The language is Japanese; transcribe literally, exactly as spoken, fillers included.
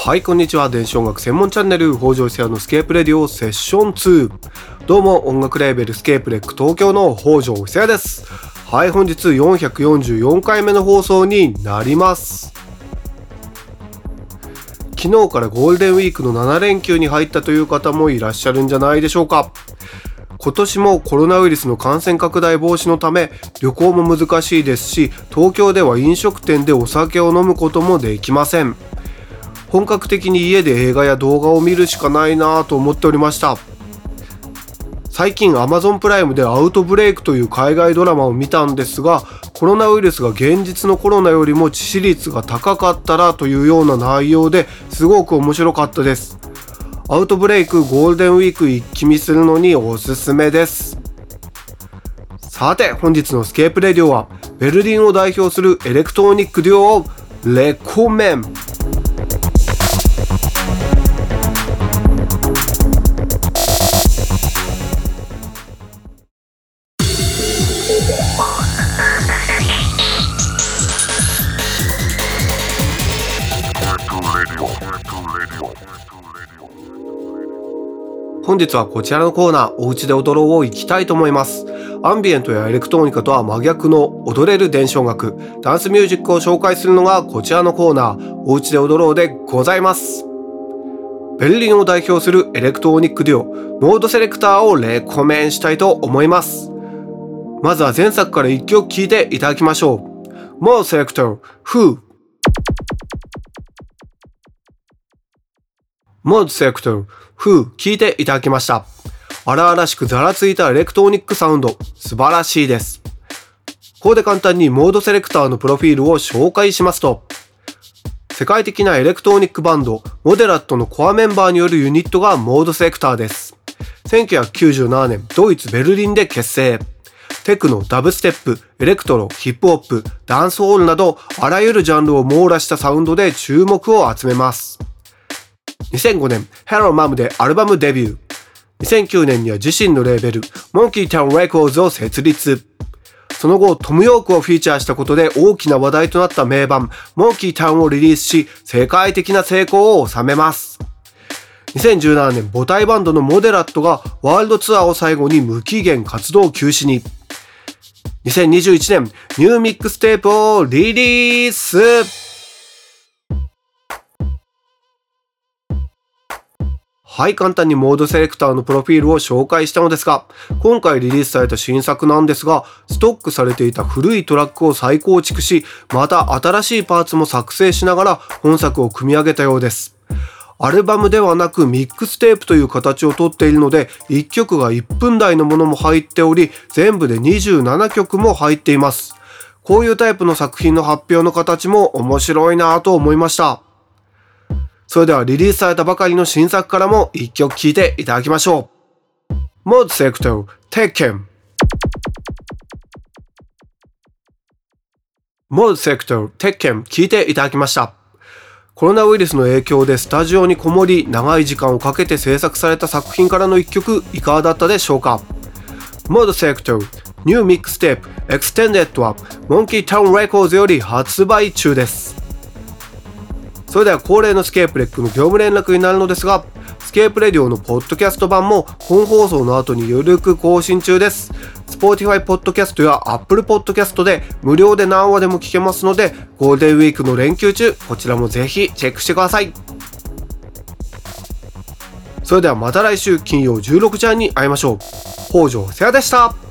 はい、こんにちは。電子音楽専門チャンネル北条聖也のスケープレディオセッションツー。どうも、音楽レーベルスケープレック東京の北条聖也です。はい、本日よんひゃくよんじゅうよんかいめの放送になります。昨日からゴールデンウィークのななれんきゅうに入ったという方もいらっしゃるんじゃないでしょうか。今年もコロナウイルスの感染拡大防止のため旅行も難しいですし、東京では飲食店でお酒を飲むこともできません。本格的に家で映画や動画を見るしかないなぁと思っておりました。最近 Amazon プライムでアウトブレイクという海外ドラマを見たんですが、コロナウイルスが現実のコロナよりも致死率が高かったらというような内容ですごく面白かったです。アウトブレイクゴールデンウィーク一気見するのにおすすめです。さて、本日のスケープレディオはベルリンを代表するエレクトロニックデュオをレコメン。本日はこちらのコーナー、おうちで踊ろうを行きたいと思います。アンビエントやエレクトロニカとは真逆の踊れる電子音楽、ダンスミュージックを紹介するのがこちらのコーナー、おうちで踊ろうでございます。ベルリンを代表するエレクトロニックデュオ、モードセレクターをレコメンしたいと思います。まずは前作からいっきょく聴いていただきましょう。モードセレクター、Who。モードセレクター、Who 聞いていただきました。荒々しくざらついたエレクトロニックサウンド、素晴らしいです。ここで簡単にモードセレクターのプロフィールを紹介しますと、世界的なエレクトロニックバンド、モデラットのコアメンバーによるユニットがモードセレクターです。せんきゅうひゃくきゅうじゅうななねん、ドイツ・ベルリンで結成。テクノ、ダブステップ、エレクトロ、ヒップホップ、ダンスホールなど、あらゆるジャンルを網羅したサウンドで注目を集めます。にせんごねん、Hello Mom でアルバムデビュー。にせんきゅうねんには自身のレーベル、Monkey Town Records を設立。その後、トム・ヨークをフィーチャーしたことで大きな話題となった名盤、Monkey Town をリリースし、世界的な成功を収めます。にせんじゅうななねん、母体バンドのモデラットがワールドツアーを最後に無期限活動休止に。にせんにじゅういちねん、ニューミックステープをリリース。はい、簡単にモードセレクターのプロフィールを紹介したのですが、今回リリースされた新作なんですが、ストックされていた古いトラックを再構築し、また新しいパーツも作成しながら本作を組み上げたようです。アルバムではなくミックステープという形をとっているので、いっきょくがいっぷんだいのものも入っており、全部でにじゅうななきょくも入っています。こういうタイプの作品の発表の形も面白いなぁと思いました。それではリリースされたばかりの新作からもいっきょく聴いていただきましょう。モードセレクター、テッケン。モードセレクター、テッケン聴いていただきました。コロナウイルスの影響でスタジオにこもり長い時間をかけて制作された作品からのいっきょくいかがだったでしょうか。モードセレクター、ニューミックステープ、エクステンデッドはモンキータウンレコーズより発売中です。それでは恒例のスケープレックの業務連絡になるのですが、スケープレディオのポッドキャスト版も本放送の後にゆるく更新中です。Spotify ポッドキャストや Apple ポッドキャストで無料で何話でも聞けますので、ゴールデンウィークの連休中、こちらもぜひチェックしてください。それではまた来週金曜じゅうろくじはんに会いましょう。北条聖也でした。